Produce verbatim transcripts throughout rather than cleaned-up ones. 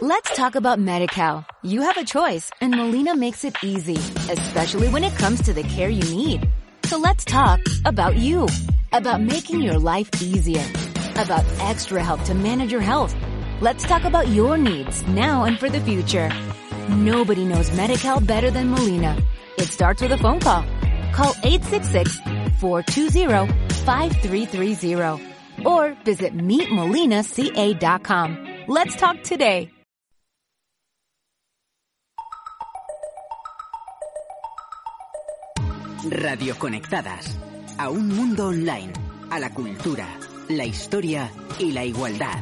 Let's talk about Medi-Cal. You have a choice, and Molina makes it easy, especially when it comes to the care you need. So let's talk about you, about making your life easier, about extra help to manage your health. Let's talk about your needs now and for the future. Nobody knows Medi-Cal better than Molina. It starts with a phone call. Call eight six six, four two zero, five three three zero or visit meet molina c a dot com. Let's talk today. Radio Conectadas, a un mundo online, a la cultura, la historia y la igualdad.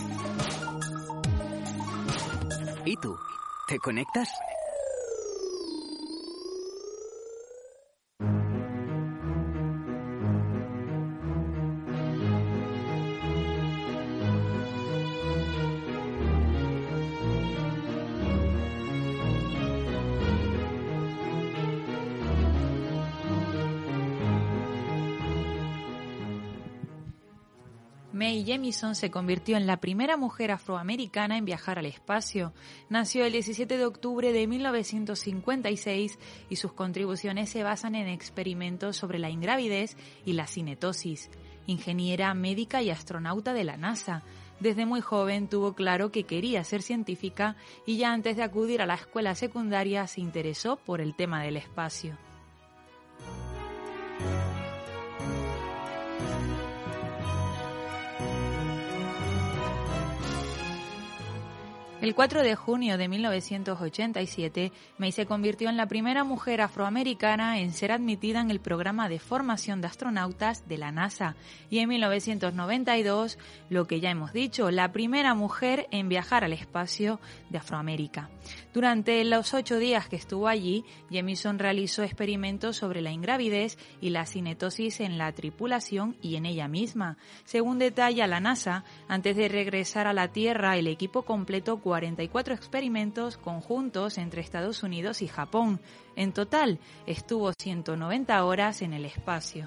¿Y tú? ¿Te conectas? Mae Jemison se convirtió en la primera mujer afroamericana en viajar al espacio. Nació el diecisiete de octubre de mil novecientos cincuenta y seis y sus contribuciones se basan en experimentos sobre la ingravidez y la cinetosis. Ingeniera, médica y astronauta de la NASA. Desde muy joven tuvo claro que quería ser científica y ya antes de acudir a la escuela secundaria se interesó por el tema del espacio. El cuatro de junio de mil novecientos ochenta y siete, Mae se convirtió en la primera mujer afroamericana en ser admitida en el programa de formación de astronautas de la NASA y en mil novecientos noventa y dos, lo que ya hemos dicho, la primera mujer en viajar al espacio de Afroamérica. Durante los ocho días que estuvo allí, Jemison realizó experimentos sobre la ingravidez y la cinetosis en la tripulación y en ella misma. Según detalla la NASA, antes de regresar a la Tierra, el equipo completó cuarenta y cuatro experimentos conjuntos entre Estados Unidos y Japón. En total, estuvo ciento noventa horas en el espacio.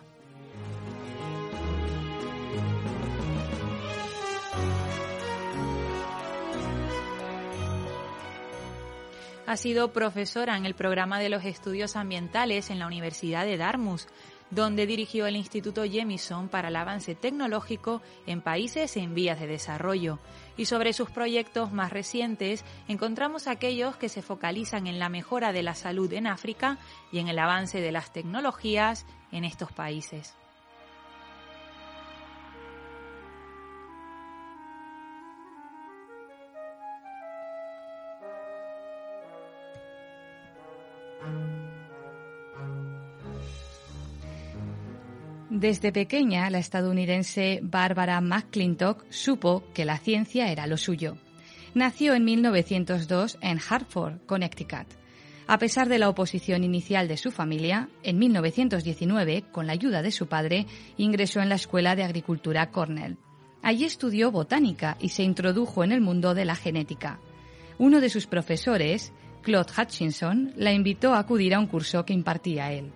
Ha sido profesora en el programa de los estudios ambientales en la Universidad de Dartmouth, donde dirigió el Instituto Jemison para el avance tecnológico en países en vías de desarrollo. Y sobre sus proyectos más recientes encontramos aquellos que se focalizan en la mejora de la salud en África y en el avance de las tecnologías en estos países. Desde pequeña, la estadounidense Barbara McClintock supo que la ciencia era lo suyo. Nació en mil novecientos dos en Hartford, Connecticut. A pesar de la oposición inicial de su familia, en mil novecientos diecinueve, con la ayuda de su padre, ingresó en la Escuela de Agricultura Cornell. Allí estudió botánica y se introdujo en el mundo de la genética. Uno de sus profesores, Claude Hutchinson, la invitó a acudir a un curso que impartía él.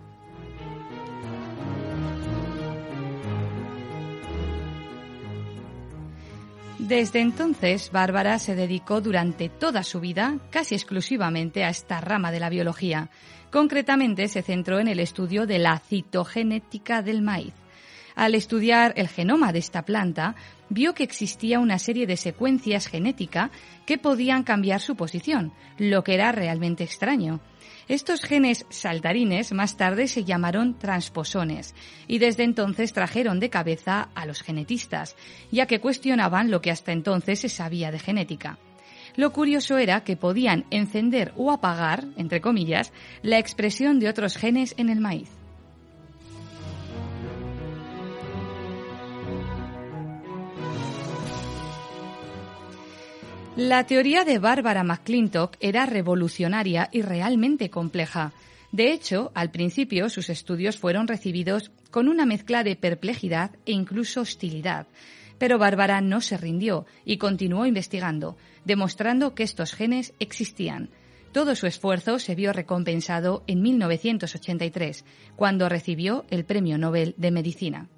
Desde entonces, Bárbara se dedicó durante toda su vida casi exclusivamente a esta rama de la biología. Concretamente, se centró en el estudio de la citogenética del maíz. Al estudiar el genoma de esta planta, vio que existía una serie de secuencias genéticas que podían cambiar su posición, lo que era realmente extraño. Estos genes saltarines más tarde se llamaron transposones y desde entonces trajeron de cabeza a los genetistas, ya que cuestionaban lo que hasta entonces se sabía de genética. Lo curioso era que podían encender o apagar, entre comillas, la expresión de otros genes en el maíz. La teoría de Barbara McClintock era revolucionaria y realmente compleja. De hecho, al principio sus estudios fueron recibidos con una mezcla de perplejidad e incluso hostilidad. Pero Bárbara no se rindió y continuó investigando, demostrando que estos genes existían. Todo su esfuerzo se vio recompensado en mil novecientos ochenta y tres, cuando recibió el Premio Nobel de Medicina.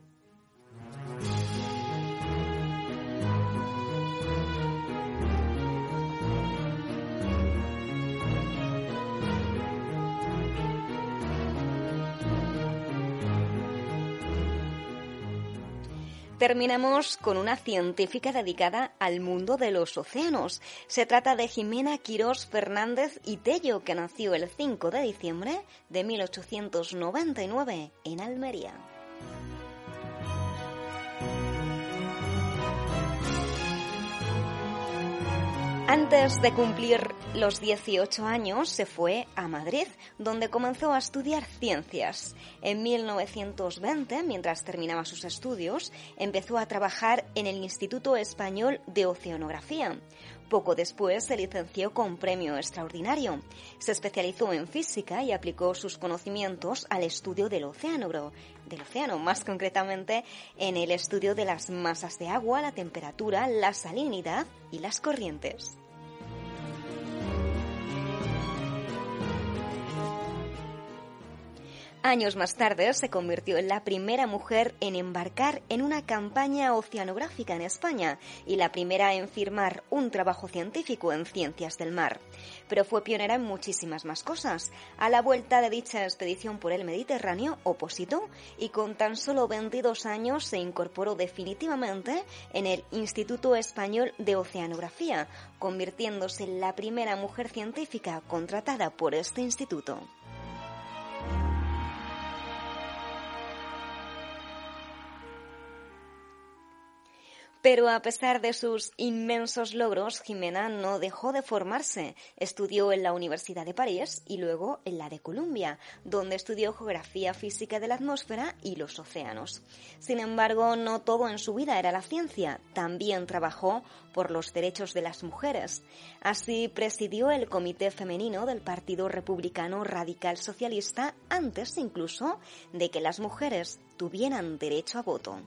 Terminamos con una científica dedicada al mundo de los océanos. Se trata de Jimena Quirós Fernández y Tello, que nació el cinco de diciembre de mil ochocientos noventa y nueve en Almería. Antes de cumplir los dieciocho años, se fue a Madrid, donde comenzó a estudiar ciencias. En mil novecientos veinte, mientras terminaba sus estudios, empezó a trabajar en el Instituto Español de Oceanografía. Poco después se licenció con premio extraordinario. Se especializó en física y aplicó sus conocimientos al estudio del océano, del océano, más concretamente en el estudio de las masas de agua, la temperatura, la salinidad y las corrientes. Años más tarde se convirtió en la primera mujer en embarcar en una campaña oceanográfica en España y la primera en firmar un trabajo científico en ciencias del mar. Pero fue pionera en muchísimas más cosas. A la vuelta de dicha expedición por el Mediterráneo opositó y con tan solo veintidós años se incorporó definitivamente en el Instituto Español de Oceanografía, convirtiéndose en la primera mujer científica contratada por este instituto. Pero a pesar de sus inmensos logros, Jimena no dejó de formarse. Estudió en la Universidad de París y luego en la de Columbia, donde estudió geografía física de la atmósfera y los océanos. Sin embargo, no todo en su vida era la ciencia. También trabajó por los derechos de las mujeres. Así presidió el Comité Femenino del Partido Republicano Radical Socialista antes incluso de que las mujeres tuvieran derecho a voto.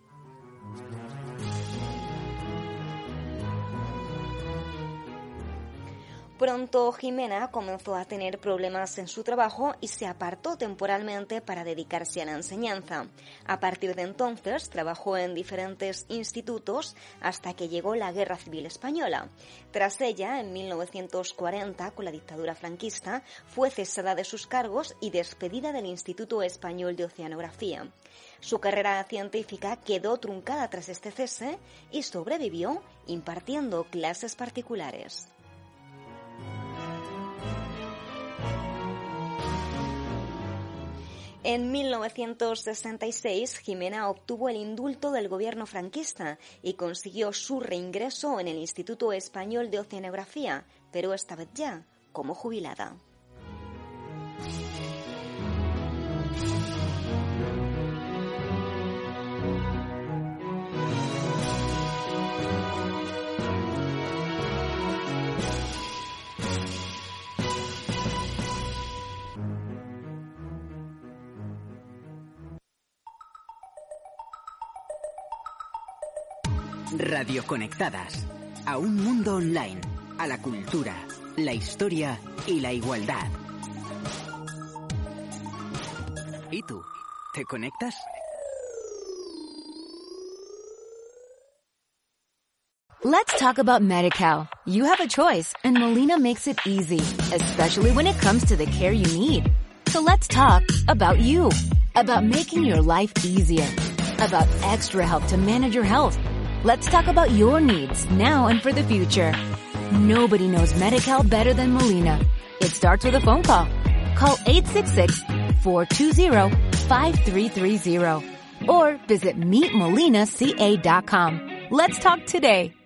Pronto Jimena comenzó a tener problemas en su trabajo y se apartó temporalmente para dedicarse a la enseñanza. A partir de entonces trabajó en diferentes institutos hasta que llegó la Guerra Civil Española. Tras ella, en mil novecientos cuarenta, con la dictadura franquista, fue cesada de sus cargos y despedida del Instituto Español de Oceanografía. Su carrera científica quedó truncada tras este cese y sobrevivió impartiendo clases particulares. En mil novecientos sesenta y seis, Jimena obtuvo el indulto del gobierno franquista y consiguió su reingreso en el Instituto Español de Oceanografía, pero esta vez ya como jubilada. Radio Conectadas, a un mundo online, a la cultura, la historia y la igualdad. ¿Y tú? ¿Te conectas? Let's talk about Medi-Cal. You have a choice and Molina makes it easy, especially when it comes to the care you need. So let's talk about you, about making your life easier, about extra help to manage your health. Let's talk about your needs now and for the future. Nobody knows Medi-Cal better than Molina. It starts with a phone call. Call eight six six, four two zero, five three three zero or visit meet molina c a dot com. Let's talk today.